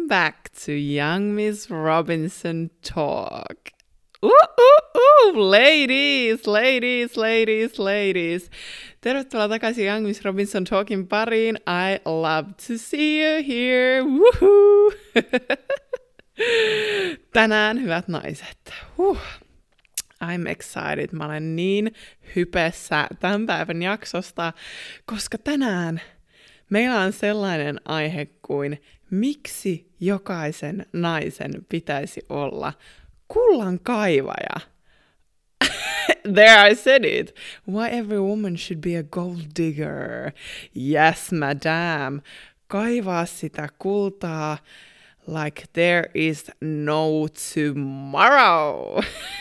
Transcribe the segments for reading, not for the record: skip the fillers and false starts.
Welcome back to Young Miss Robinson Talk. Ladies. Tervetuloa takaisin Young Miss Robinson Talkin pariin. I love to see you here. Woohoo! Tänään, hyvät naiset. I'm excited. Mä olen niin hypessä tämän päivän jaksosta, koska tänään meillä on sellainen aihe kuin miksi jokaisen naisen pitäisi olla kullankaivaja. There I said it. Why every woman should be a gold digger. Yes, madam. Kaivaa sitä kultaa like there is no tomorrow.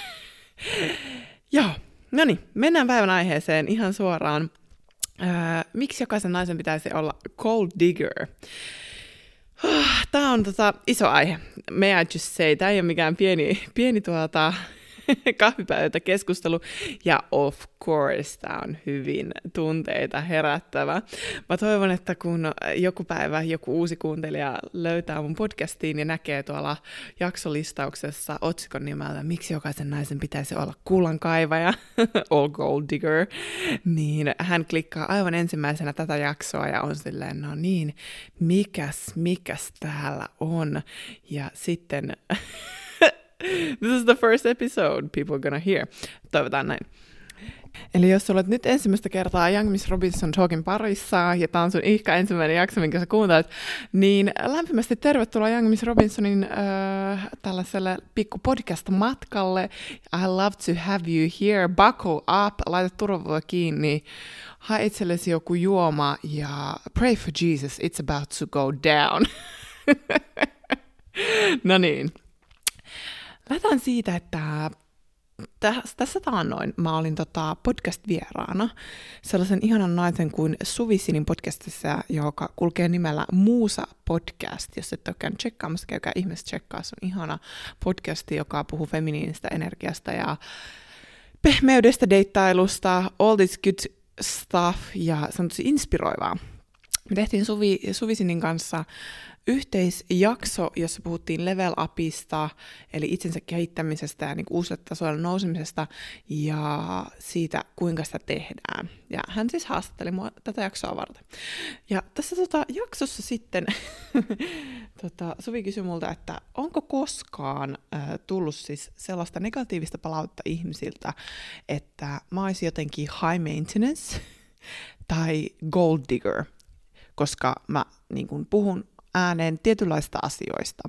Joo, no niin, mennään päivän aiheeseen ihan suoraan. Miksi jokaisen naisen pitäisi olla gold digger? Tämä on iso aihe. May I just say, tämä ei ole mikään pieni kahvipöytäkeskustelu. Ja of course, tämä on hyvin tunteita herättävä. Mä toivon, että kun joku päivä joku uusi kuuntelija löytää mun podcastiin ja näkee tuolla jaksolistauksessa otsikon nimellä miksi jokaisen naisen pitäisi olla kullankaivaja, all gold digger, niin hän klikkaa aivan ensimmäisenä tätä jaksoa ja on silleen, no niin, mikäs täällä on? Ja sitten this is the first episode people are gonna hear. Toivotaan näin. Eli jos olet nyt ensimmäistä kertaa Young Miss Robinson Talkin parissa, ja tämä on sun ihka ensimmäinen jakso, minkä sä kuuntelet, niin lämpimästi tervetuloa Young Miss Robinsonin tällaiselle pikku podcast-matkalle. I love to have you here. Buckle up, laita turvavua kiinni, hae itsellesi joku juoma ja pray for Jesus, it's about to go down. No niin. Lähdetään siitä, että tässä taannoin mä olin podcast-vieraana sellaisen ihanan naisen kuin Suvi Sinin podcastissa, joka kulkee nimellä Muusa Podcast. Jos et ole käynyt tsekkaamassa, käykää ihmeessä tsekkaa. Se on ihana podcasti, joka puhuu feminiinistä energiasta ja pehmeydestä, deittailusta, all this good stuff, ja se on tosi inspiroivaa. Me tehtiin Suvi Sinin kanssa yhteisjakso, jossa puhuttiin level upista, eli itsensä kehittämisestä ja uusille tasoille nousemisesta ja siitä, kuinka sitä tehdään. Ja hän siis haastatteli mua tätä jaksoa varten. Ja tässä jaksossa sitten Suvi kysyi multa, että onko koskaan tullut siis sellaista negatiivista palautetta ihmisiltä, että mä olisin jotenkin high maintenance tai gold digger, koska mä niin kun puhun ääneen tietynlaista asioista.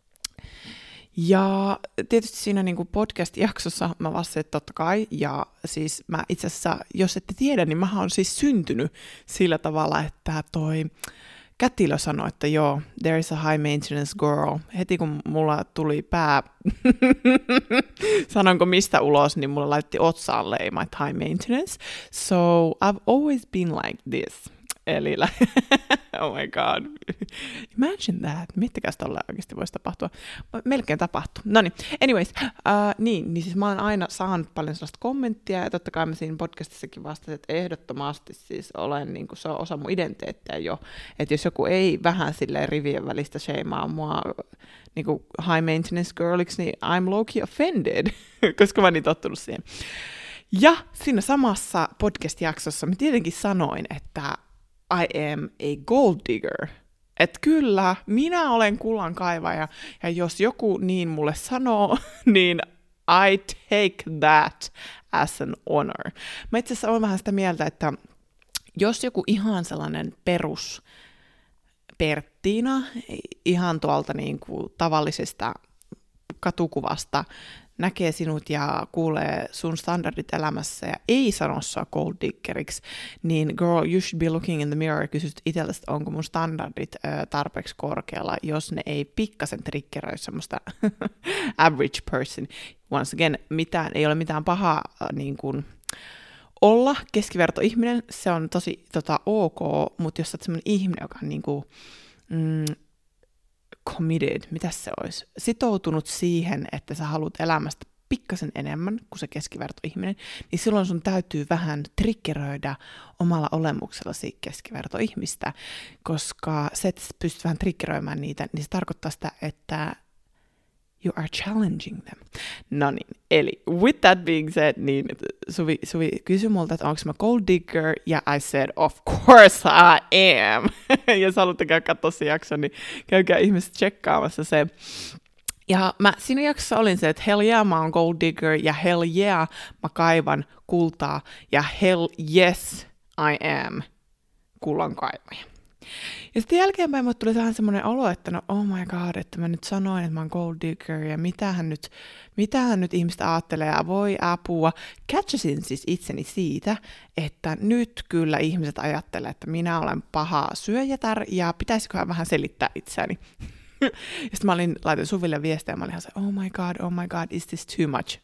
Ja tietysti siinä niin kuin podcast-jaksossa mä vastasin, että totta kai, ja siis mä itse asiassa, jos ette tiedä, niin mä oon siis syntynyt sillä tavalla, että toi kätilö sanoi, että joo, there is a high maintenance girl. Heti kun mulla tuli pää, sanonko mistä ulos, niin mulla laitti otsaan leima, että high maintenance. So I've always been like this. Eli, oh my god, imagine that, miettikää sitä oikeasti voisi tapahtua, melkein tapahtuu. No niin, anyways, niin siis mä olen aina saanut paljon sellaista kommenttia, ja totta kai mä siinä podcastissakin vastasin, että ehdottomasti siis olen, niin kuin se on osa mun identiteettiä jo, että jos joku ei vähän silleen rivien välistä shameaa mua niin kuin high maintenance girliksi, niin I'm low-key offended, koska mä oon niin tottunut siihen. Ja siinä samassa podcast-jaksossa mä tietenkin sanoin, että I am a gold digger. Että kyllä, minä olen kullankaivaja, ja jos joku niin mulle sanoo, niin I take that as an honor. Mä itse asiassa olen vähän sitä mieltä, että jos joku ihan sellainen perus Perttiina, ihan tuolta niin kuin tavallisesta katukuvasta, näkee sinut ja kuulee sun standardit elämässä ja ei sano sua gold diggeriksi, niin girl, you should be looking in the mirror ja kysyt itseltäsi, onko mun standardit tarpeeksi korkealla, jos ne ei pikkasen triggeröi semmoista average person. Once again, ei ole mitään pahaa niin kuin olla keskivertoihminen, se on tosi ok, mutta jos sä oot semmoinen ihminen, joka on niin kuin, committed, mitä se olisi, sitoutunut siihen, että sä haluat elämästä pikkasen enemmän kuin se keskivertoihminen, niin silloin sun täytyy vähän triggeröidä omalla olemuksellasi keskivertoihmistä, koska se, että pystyt vähän triggeröimään niitä, niin se tarkoittaa sitä, että you are challenging them. No niin, eli with that being said, niin Suvi kysyi multa, että onko mä gold digger, ja I said, of course I am. Ja jos haluatte katsoa se jakso, niin käykää ihmiset tsekkaamassa se. Ja mä siinä jaksossa olin se, että hell yeah, mä oon gold digger, ja hell yeah, mä kaivan kultaa, ja hell yes, I am kullankaivaja. Ja sitten jälkeenpäin mulle tuli vähän semmoinen olo, että no oh my god, että mä nyt sanoin, että mä oon gold digger, ja mitähän nyt ihmiset ajattelee, ja voi apua. Catchasin siis itseni siitä, että nyt kyllä ihmiset ajattelee, että minä olen paha syöjätär, ja pitäisiköhän vähän selittää itseäni. Ja sitten mä laitin Suville viestiä, ja mä olin ihan se, oh my god, is this too much?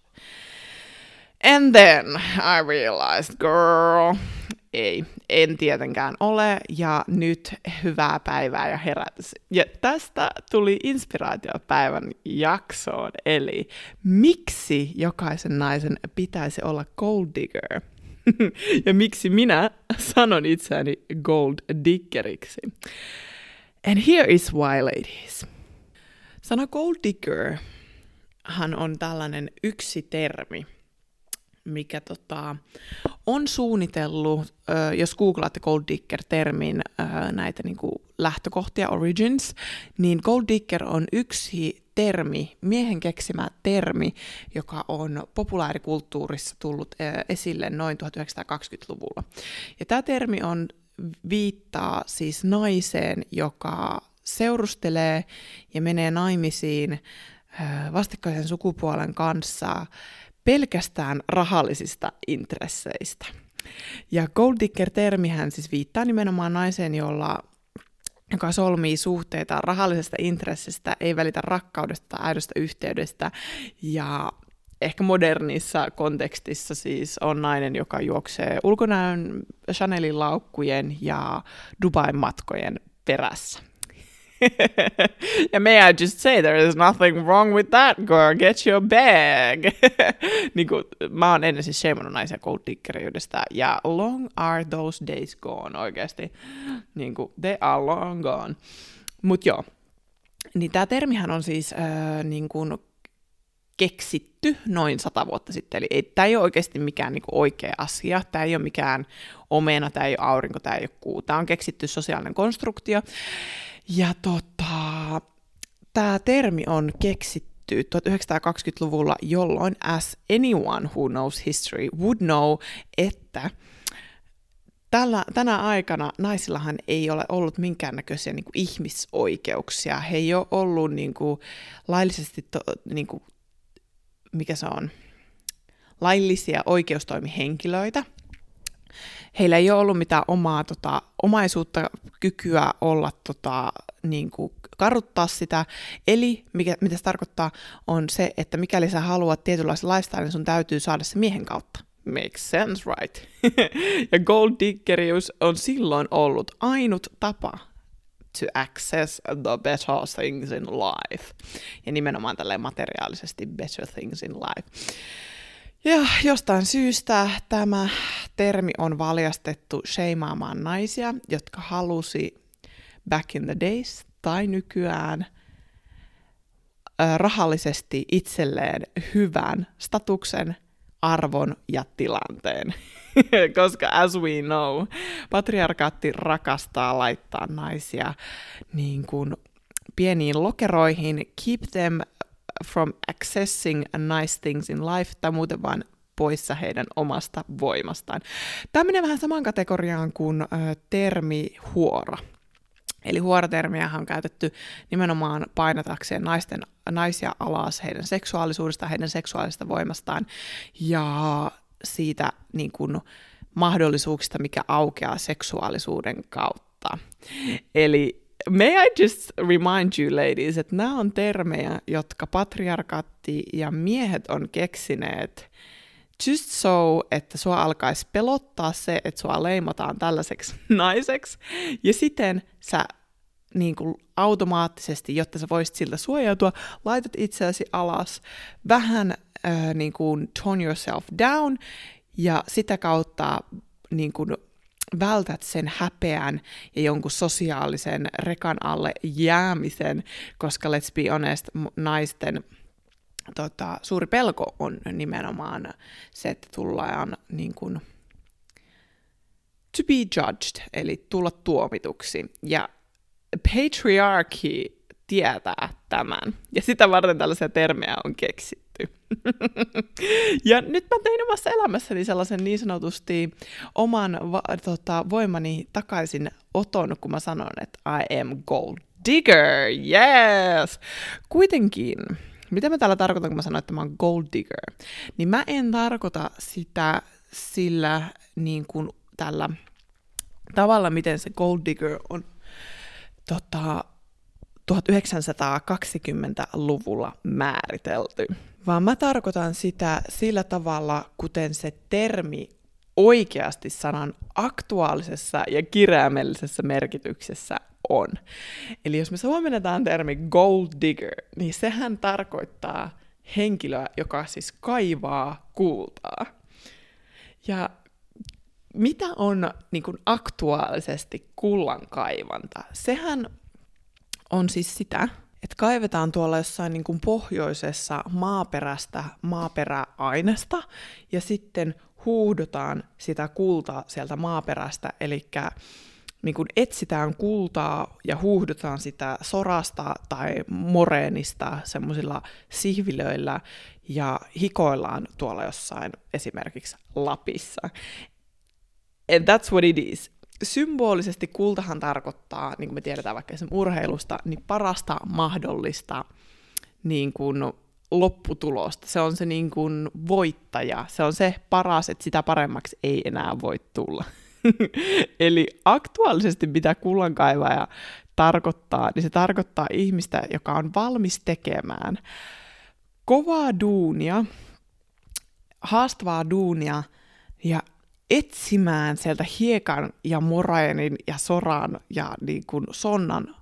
And then I realized, girl, en tietenkään ole, ja nyt hyvää päivää ja herätys. Ja tästä tuli inspiraatiopäivän jaksoon, eli miksi jokaisen naisen pitäisi olla gold digger? Ja miksi minä sanon itseäni gold diggeriksi? And here is why, ladies. Sana gold digger hän on tällainen yksi termi, mikä on suunnitellut, jos googlaatte gold digger-termin näitä niinku lähtökohtia, origins, niin gold digger on yksi termi, miehen keksimä termi, joka on populaarikulttuurissa tullut esille noin 1920-luvulla. Ja tämä termi viittaa siis naiseen, joka seurustelee ja menee naimisiin vastakkaisen sukupuolen kanssa pelkästään rahallisista intresseistä. Ja gold digger-termihän siis viittaa nimenomaan naiseen, joka solmii suhteita rahallisesta intressistä, ei välitä rakkaudesta tai aidosta yhteydestä, ja ehkä modernissa kontekstissa siis on nainen, joka juoksee ulkonäön Chanelin laukkujen ja Dubain matkojen perässä. Ja may I just say, there is nothing wrong with that, girl, get your bag. Niin kuin, mä oon ennen siis shameannut naisia gold diggeriydestä, ja long are those days gone oikeasti. Niin kuin, they are long gone. Mut joo, niin tää termihän on siis niin kuin keksitty noin 100 vuotta sitten, eli tämä ei ole oikeasti mikään niinku oikea asia, tämä ei ole mikään omena, tämä ei ole aurinko, tämä ei ole kuu, tämä on keksitty sosiaalinen konstruktio, ja tämä termi on keksitty 1920-luvulla, jolloin as anyone who knows history would know, että tänä aikana naisillahan ei ole ollut minkäännäköisiä niinku ihmisoikeuksia, he ei ole ollut niinku laillisesti niinku mikä se on, laillisia oikeustoimihenkilöitä. Heillä ei ole ollut mitään omaa omaisuutta, kykyä olla niin kuin karruttaa sitä. Eli mitä se tarkoittaa on se, että mikäli sä haluat tietynlaisen lifestyle, niin sun täytyy saada se miehen kautta. Makes sense, right? Ja gold diggerius on silloin ollut ainut tapa to access the better things in life. Ja nimenomaan tälleen materiaalisesti better things in life. Ja jostain syystä tämä termi on valjastettu sheimaamaan naisia, jotka halusi back in the days tai nykyään rahallisesti itselleen hyvän statuksen, arvon ja tilanteen. Koska as we know, patriarkaatti rakastaa laittaa naisia niin kuin pieniin lokeroihin, keep them from accessing nice things in life, tai muuten vaan poissa heidän omasta voimastaan. Tämä menee vähän samaan kategoriaan kuin termi huora. Eli huoratermiähän on käytetty nimenomaan painatakseen naisia alas heidän seksuaalisuudesta, heidän seksuaalisesta voimastaan ja siitä niin kuin mahdollisuuksista, mikä aukeaa seksuaalisuuden kautta. Eli may I just remind you ladies, että nämä on termejä, jotka patriarkaatti ja miehet on keksineet just so, että sua alkaisi pelottaa se, että sua leimataan tällaiseksi naiseksi, ja siten sä niin kuin automaattisesti, jotta sä voisit siltä suojautua, laitat itseäsi alas, vähän niin kuin tone yourself down, ja sitä kautta niin kuin vältät sen häpeän ja jonkun sosiaalisen rekan alle jäämisen, koska let's be honest, naisten suuri pelko on nimenomaan se, että tullaan niin kuin to be judged, eli tulla tuomituksi. Ja patriarchy tietää tämän, ja sitä varten tällaisia termejä on keksitty. Ja nyt mä tein omassa elämässäni sellaisen niin sanotusti oman voimani takaisin oton, kun mä sanon, että I am gold digger, yes! Kuitenkin, mitä mä täällä tarkoitan, kun mä sanon, että mä oon gold digger, niin mä en tarkoita sitä sillä niin kuin tällä tavalla, miten se gold digger on 1920-luvulla määritelty, vaan mä tarkoitan sitä sillä tavalla, kuten se termi oikeasti sanan aktuaalisessa ja kirjaimellisessä merkityksessä on. Eli jos me suomennetaan termi gold digger, niin sehän tarkoittaa henkilöä, joka siis kaivaa kultaa. Ja mitä on niin kuin aktuaalisesti kullankaivanta? Sehän on siis sitä, että kaivetaan tuolla jossain niin kuin pohjoisessa maaperästä maaperäainesta ja sitten huuhdotaan sitä kultaa sieltä maaperästä, eli niin kuin etsitään kultaa ja huuhdotaan sitä sorasta tai moreenista semmoisilla sihvilöillä ja hikoillaan tuolla jossain esimerkiksi Lapissa. And that's what it is. Symbolisesti kultahan tarkoittaa, niin kuin me tiedetään vaikka esimerkiksi urheilusta, niin parasta mahdollista niin kuin lopputulosta. Se on se niin kuin voittaja. Se on se paras, että sitä paremmaksi ei enää voi tulla. Eli aktuaalisesti mitä kullankaivaja tarkoittaa, niin se tarkoittaa ihmistä, joka on valmis tekemään kovaa duunia, haastavaa duunia ja etsimään sieltä hiekan ja moreenin ja soran ja niin kuin sonnan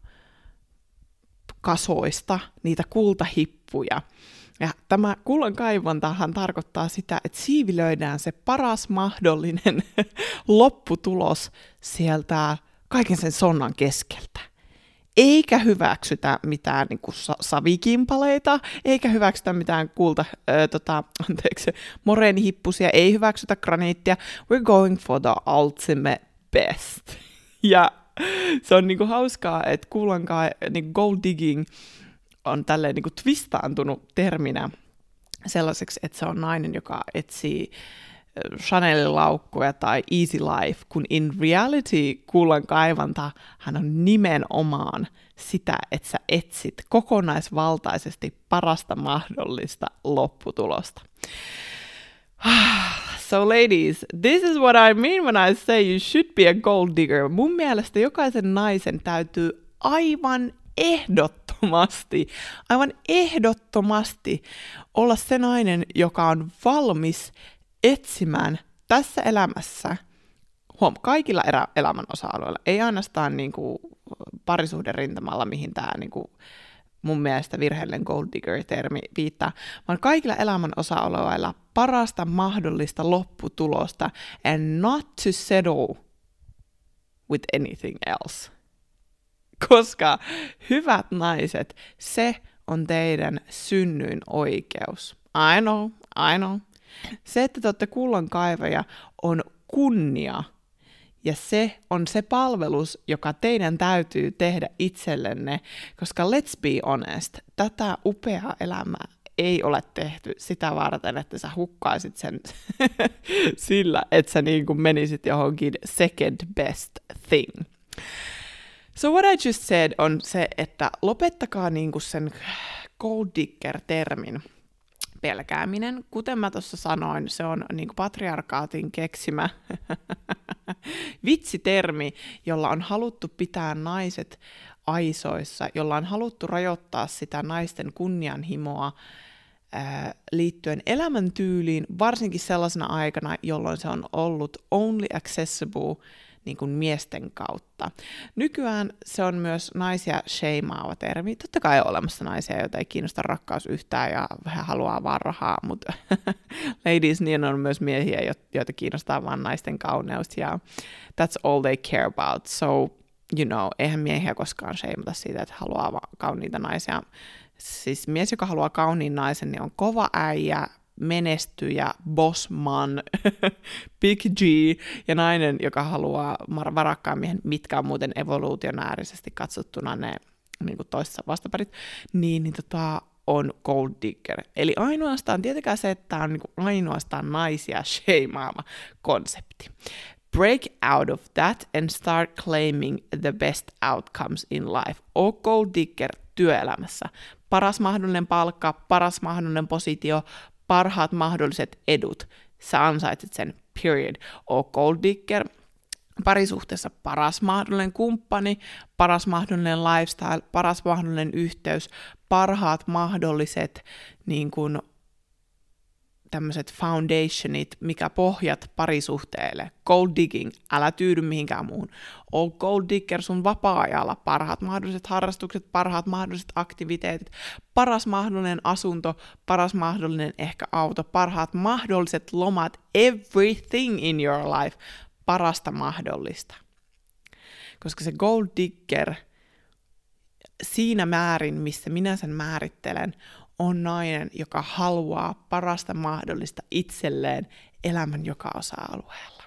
kasoista niitä kultahippuja. Ja tämä kullankaivantahan tarkoittaa sitä, että siivilöidään se paras mahdollinen lopputulos sieltä kaiken sen sonnan keskeltä. Eikä hyväksytä mitään niin kuin savikimpaleita, eikä hyväksytä mitään moreenihippusia, ei hyväksytä graniittia. We're going for the ultimate best. Ja se on niin kuin hauskaa, että niin gold digging on tälleen niin kuin twistaantunut terminä sellaiseksi, että se on nainen, joka etsii Chanelin laukkuja tai Easy Life, kun in reality kullankaivanta hän on nimenomaan sitä, että sä etsit kokonaisvaltaisesti parasta mahdollista lopputulosta. So ladies, this is what I mean when I say you should be a gold digger. Mun mielestä jokaisen naisen täytyy aivan ehdottomasti olla se nainen, joka on valmis etsimään tässä elämässä, kaikilla elämän osa-alueilla, ei ainoastaan niin kuin parisuhden rintamalla, mihin tämä niin kuin mun mielestä virheellinen gold digger-termi viittaa, vaan kaikilla elämän osa-alueilla parasta mahdollista lopputulosta and not to settle with anything else. Koska hyvät naiset, se on teidän synnyin oikeus. I know. Se, että te olette kullankaivaja, on kunnia. Ja se on se palvelus, joka teidän täytyy tehdä itsellenne, koska let's be honest, tätä upeaa elämää ei ole tehty sitä varten, että sä hukkaisit sen sillä, että sä niin kuin menisit johonkin second best thing. So what I just said on se, että lopettakaa niin kuin sen gold digger-termin pelkääminen. Kuten mä tuossa sanoin, se on niin kuin patriarkaatin keksimä vitsitermi, jolla on haluttu pitää naiset aisoissa, jolla on haluttu rajoittaa sitä naisten kunnianhimoa liittyen elämäntyyliin, varsinkin sellaisena aikana, jolloin se on ollut only accessible niin kuin miesten kautta. Nykyään se on myös naisia sheimaava termi. Totta kai on olemassa naisia, joita ei kiinnosta rakkaus yhtään ja vähän haluaa vaan rahaa, mutta ladies, niin on myös miehiä, joita kiinnostaa vaan naisten kauneus ja that's all they care about. So, eihän miehiä koskaan sheimata siitä, että haluaa kauniita naisia. Siis mies, joka haluaa kauniin naisen, niin on kova äijä, menestyjä, bossman, big G, ja nainen, joka haluaa varakkaan miehen, mitkä on muuten evoluutionäärisesti katsottuna ne niin kuin toisessa vastaparit, on gold digger. Eli ainoastaan, tietenkään se, että tämä on niin kuin ainoastaan naisia sheimaava konsepti. Break out of that and start claiming the best outcomes in life. O gold digger työelämässä. Paras mahdollinen palkka, paras mahdollinen positio, parhaat mahdolliset edut. Sä ansaitset sen, period. O gold digger. Parisuhteessa paras mahdollinen kumppani, paras mahdollinen lifestyle, paras mahdollinen yhteys, parhaat mahdolliset niin kuin tämmöiset foundationit, mikä pohjat parisuhteelle. Gold digging, älä tyydy mihinkään muuhun. Ol gold digger sun vapaa-ajalla. Parhaat mahdolliset harrastukset, parhaat mahdolliset aktiviteetit, paras mahdollinen asunto, paras mahdollinen ehkä auto, parhaat mahdolliset lomat, everything in your life, parasta mahdollista. Koska se gold digger, siinä määrin, missä minä sen määrittelen, on nainen, joka haluaa parasta mahdollista itselleen elämän joka osa-alueella.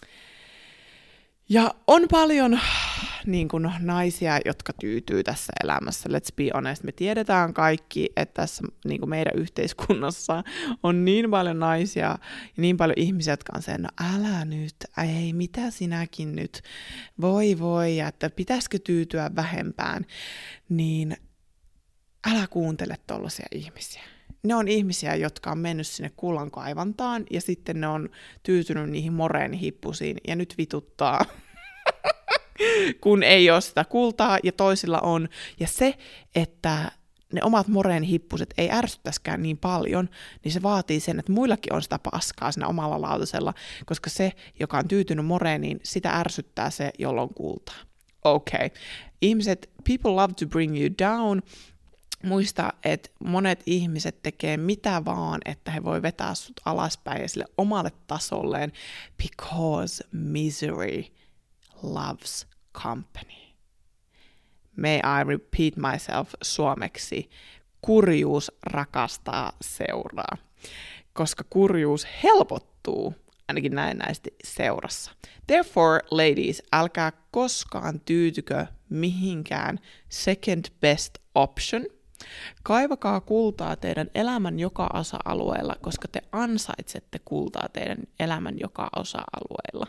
Ja on paljon niin kuin, naisia, jotka tyytyy tässä elämässä. Let's be honest. Me tiedetään kaikki, että tässä niin kuin meidän yhteiskunnassa on niin paljon naisia ja niin paljon ihmisiä, jotka on sen, no älä nyt, ei mitä sinäkin nyt, voi, ja että pitäisikö tyytyä vähempään, niin älä kuuntele tollaisia ihmisiä. Ne on ihmisiä, jotka on mennyt sinne kullankaivantaan ja sitten ne on tyytynyt niihin moreenihippusiin ja nyt vituttaa, kun ei ole sitä kultaa ja toisilla on. Ja se, että ne omat moreenihippuset ei ärsyttäskään niin paljon, niin se vaatii sen, että muillakin on sitä paskaa siinä omalla lautasella, koska se, joka on tyytynyt moreeniin, sitä ärsyttää se, jolla on kultaa. Okay. Ihmiset, people love to bring you down. Muista, että monet ihmiset tekee mitä vaan, että he voi vetää sut alaspäin ja sille omalle tasolleen, because misery loves company. May I repeat myself suomeksi, kurjuus rakastaa seuraa, koska kurjuus helpottuu, ainakin näennäisesti seurassa. Therefore, ladies, älkää koskaan tyytykö mihinkään second best option. Kaivakaa kultaa teidän elämän joka osa-alueella, koska te ansaitsette kultaa teidän elämän joka osa-alueella.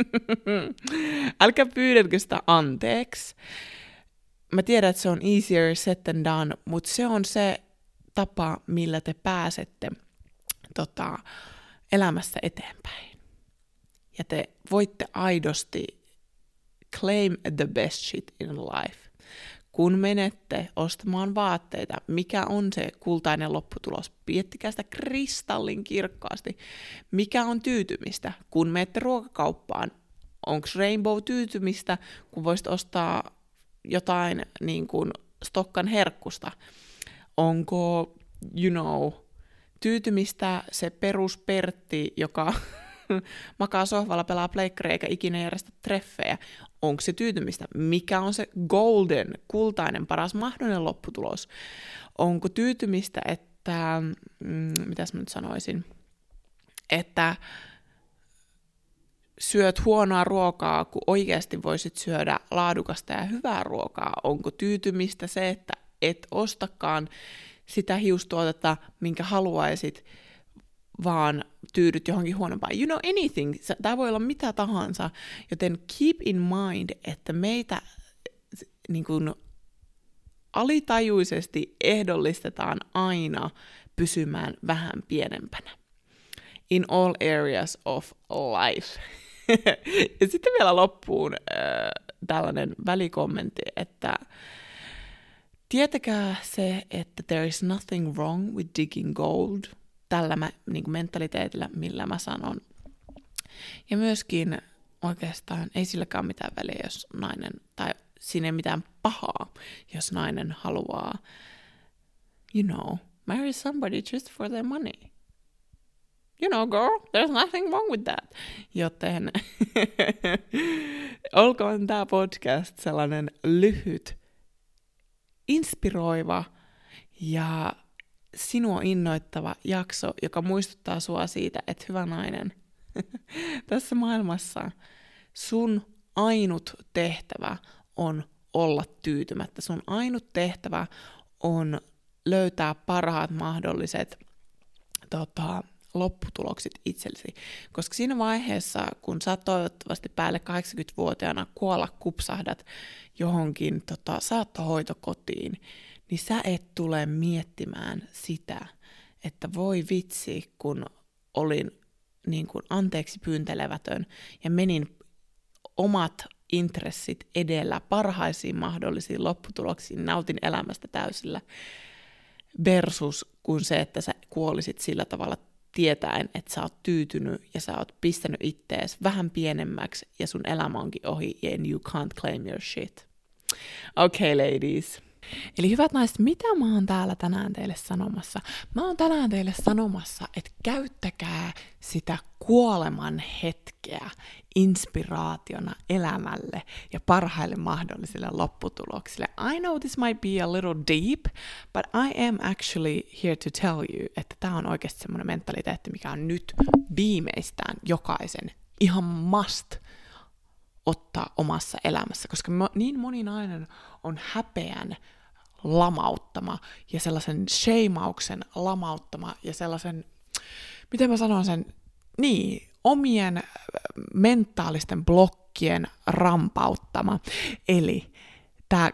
Älkää pyydätkö sitä anteeksi. Mä tiedän, että se on easier said than done, mutta se on se tapa, millä te pääsette elämässä eteenpäin. Ja te voitte aidosti claim the best shit in life. Kun menette ostamaan vaatteita, mikä on se kultainen lopputulos? Miettikää sitä kristallin kirkkaasti. Mikä on tyytymistä? Kun menette ruokakauppaan, onko rainbow tyytymistä, kun voisit ostaa jotain niin kuin stokkan herkkusta? Onko, tyytymistä se peruspertti, joka makaa sohvalla, pelaa pleikkaria eikä ikinä järjestä treffejä? Onko se tyytymistä? Mikä on se golden, kultainen, paras mahdollinen lopputulos? Onko tyytymistä, että, mitäs mä nyt sanoisin, että syöt huonoa ruokaa, kun oikeasti voisit syödä laadukasta ja hyvää ruokaa? Onko tyytymistä se, että et ostakaan sitä hiustuotetta, minkä haluaisit, vaan tyydyt johonkin huonompaan? Anything. Tämä voi olla mitä tahansa, joten keep in mind, että meitä niin kuin alitajuisesti ehdollistetaan aina pysymään vähän pienempänä. In all areas of life. Ja sitten vielä loppuun tällainen välikommentti, että tietäkää se, että there is nothing wrong with digging gold. Tällä niin kuin mentaliteetillä, millä mä sanon. Ja myöskin oikeastaan ei silläkään ole mitään väliä, jos nainen, tai siinä ei mitään pahaa, jos nainen haluaa, marry somebody just for their money. Girl, there's nothing wrong with that. Joten olkoon tämä podcast sellainen lyhyt, inspiroiva ja sinua innoittava jakso, joka muistuttaa sua siitä, että hyvä nainen, tässä maailmassa sun ainut tehtävä on olla tyytymättä. Sun ainut tehtävä on löytää parhaat mahdolliset lopputulokset itsellesi. Koska siinä vaiheessa, kun sä toivottavasti päälle 80-vuotiaana kuolla kupsahdat johonkin saattohoitokotiin, niin sä et tule miettimään sitä, että voi vitsi, kun olin niin kuin anteeksi pyyntelevätön ja menin omat intressit edellä parhaisiin mahdollisiin lopputuloksiin, nautin elämästä täysillä, versus kun se, että sä kuolisit sillä tavalla tietäen, että sä oot tyytynyt ja sä oot pistänyt ittees vähän pienemmäksi ja sun elämä onkin ohi and you can't claim your shit. Okay, ladies. Eli hyvät naiset, mitä mä oon täällä tänään teille sanomassa? Mä oon tänään teille sanomassa, että käyttäkää sitä kuoleman hetkeä inspiraationa elämälle ja parhaille mahdollisille lopputuloksille. I know this might be a little deep, but I am actually here to tell you, että tää on oikeasti semmoinen mentaliteetti, mikä on nyt viimeistään jokaisen ihan must ottaa omassa elämässä, koska niin moni nainen on häpeän lamauttama ja sellaisen sheimauksen lamauttama ja sellaisen, miten mä sanon sen, omien mentaalisten blokkien rampauttama. Eli tämä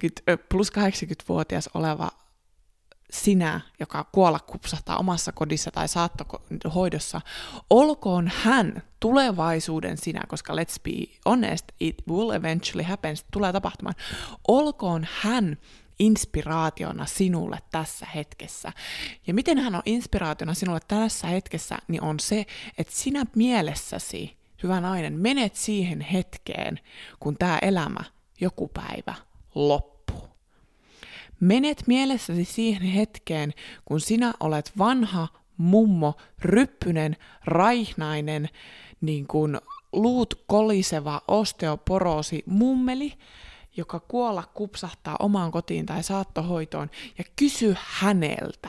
80-vuotias oleva sinä, joka kuolla kupsahtaa omassa kodissa tai saattohoidossa, olkoon hän tulevaisuuden sinä, koska let's be honest, it will eventually happen, se tulee tapahtumaan, olkoon hän inspiraationa sinulle tässä hetkessä. Ja miten hän on inspiraationa sinulle tässä hetkessä, niin on se, että sinä mielessäsi, hyvä nainen, menet siihen hetkeen, kun tämä elämä joku päivä loppuu. Menet mielessäsi siihen hetkeen, kun sinä olet vanha mummo, ryppynen, raihnainen, niin kuin luut koliseva osteoporoosi mummeli, joka kuolla kupsahtaa omaan kotiin tai saattohoitoon, ja kysy häneltä,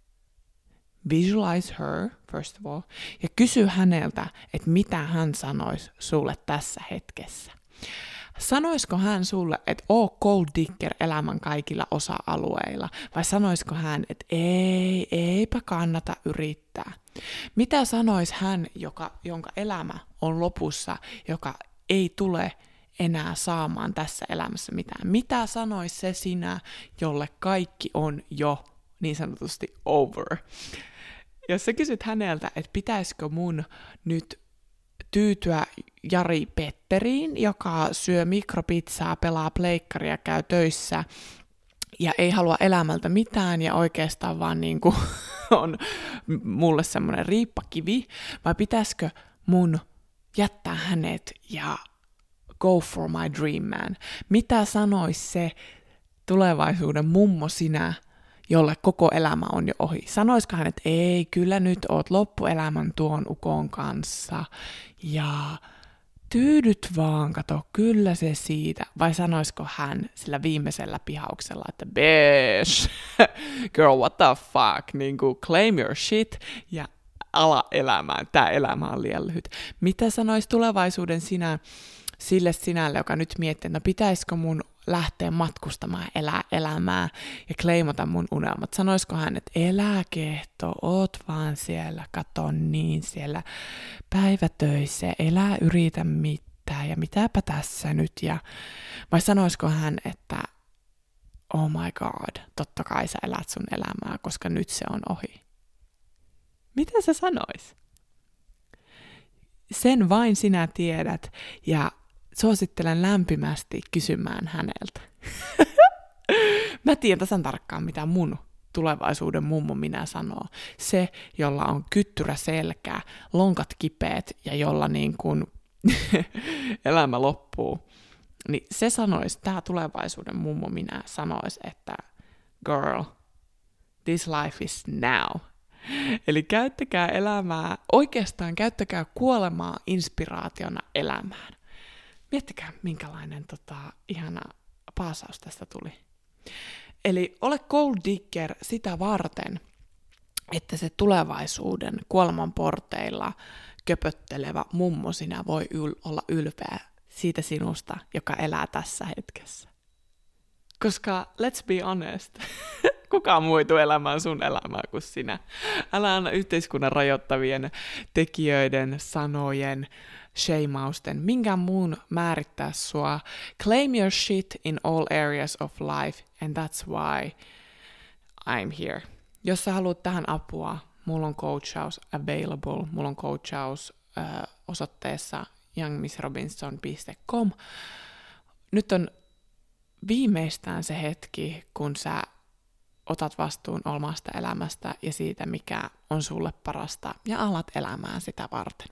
visualize her, first of all, ja kysy häneltä, että mitä hän sanoisi sulle tässä hetkessä. Sanoisiko hän sulle, että oo gold digger elämän kaikilla osa-alueilla, vai sanoisiko hän, että eipä kannata yrittää? Mitä sanois hän, jonka elämä on lopussa, joka ei tule enää saamaan tässä elämässä mitään? Mitä sanois se sinä, jolle kaikki on jo niin sanotusti over? Jos sä kysyt häneltä, että pitäisikö mun nyt tyytyä Jari Petteriin, joka syö mikropizzaa, pelaa pleikkaria, käy töissä ja ei halua elämältä mitään ja oikeastaan vaan niin kuin on mulle semmoinen riippakivi, vai pitäisikö mun jättää hänet ja go for my dream man? Mitä sanois se tulevaisuuden mummo sinä, jolle koko elämä on jo ohi? Sanoisiko hän, että ei, kyllä nyt oot loppuelämän tuon ukon kanssa ja tyydyt vaan, kato, kyllä se siitä. Vai sanoisiko hän sillä viimeisellä pihauksella, että besh, girl, what the fuck, niin kuin claim your shit ja ala elämään, tää elämä on liian lyhyt. Mitä sanois tulevaisuuden sinä sille sinälle, joka nyt miettii, että no pitäisikö mun lähteä matkustamaan, elää elämää ja claimata mun unelmat. Sanoisiko hän, että elää kehto, oot vaan siellä, kato niin siellä päivätöissä, elää yritä mitään ja mitäpä tässä nyt. Vai sanoisiko hän, että oh my god, totta kai sä elät sun elämää, koska nyt se on ohi. Mitä sä sanois? Sen vain sinä tiedät ja suosittelen lämpimästi kysymään häneltä. Mä tiedän tasan tarkkaan, mitä mun tulevaisuuden mummo minä sanoo. Se, jolla on kyttyrä selkää, lonkat kipeät ja jolla niin kuin elämä loppuu, niin se sanoisi, tämä tulevaisuuden mummo minä sanoisi, että girl, this life is now. Eli käyttäkää elämää, oikeastaan käyttäkää kuolemaa inspiraationa elämään. Miettikää, minkälainen ihana paasaus tästä tuli. Eli ole gold digger sitä varten, että se tulevaisuuden kuoleman porteilla köpöttelevä mummo sinä voi olla ylpeä siitä sinusta, joka elää tässä hetkessä. Koska, let's be honest, kukaan muu ei tule elämään sun elämää kuin sinä. Älä anna yhteiskunnan rajoittavien tekijöiden, sanojen, shamausten, minkään muun määrittää sua. Claim your shit in all areas of life, and that's why I'm here. Jos sä haluat tähän apua, mulla on coachaus available, mulla on coachaus osoitteessa youngmissrobinson.com. Nyt on viimeistään se hetki, kun sä otat vastuun omasta elämästä ja siitä, mikä on sulle parasta, ja alat elämään sitä varten.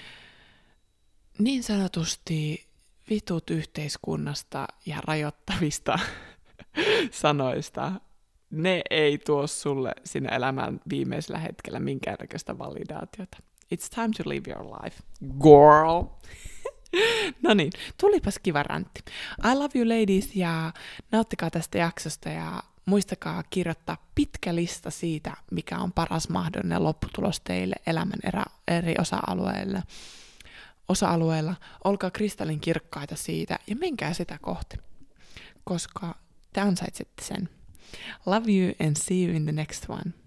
Niin sanotusti vitut yhteiskunnasta ja rajoittavista sanoista, ne ei tuo sulle siinä elämän viimeisellä hetkellä minkäännäköistä validaatiota. It's time to live your life, girl. No niin, tulipas kiva räntti. I love you ladies, ja nauttikaa tästä jaksosta, ja muistakaa kirjoittaa pitkä lista siitä, mikä on paras mahdollinen lopputulos teille elämän eri osa-alueilla. Olkaa kristallin kirkkaita siitä ja menkää sitä kohti, koska te ansaitsette sen. Love you and see you in the next one.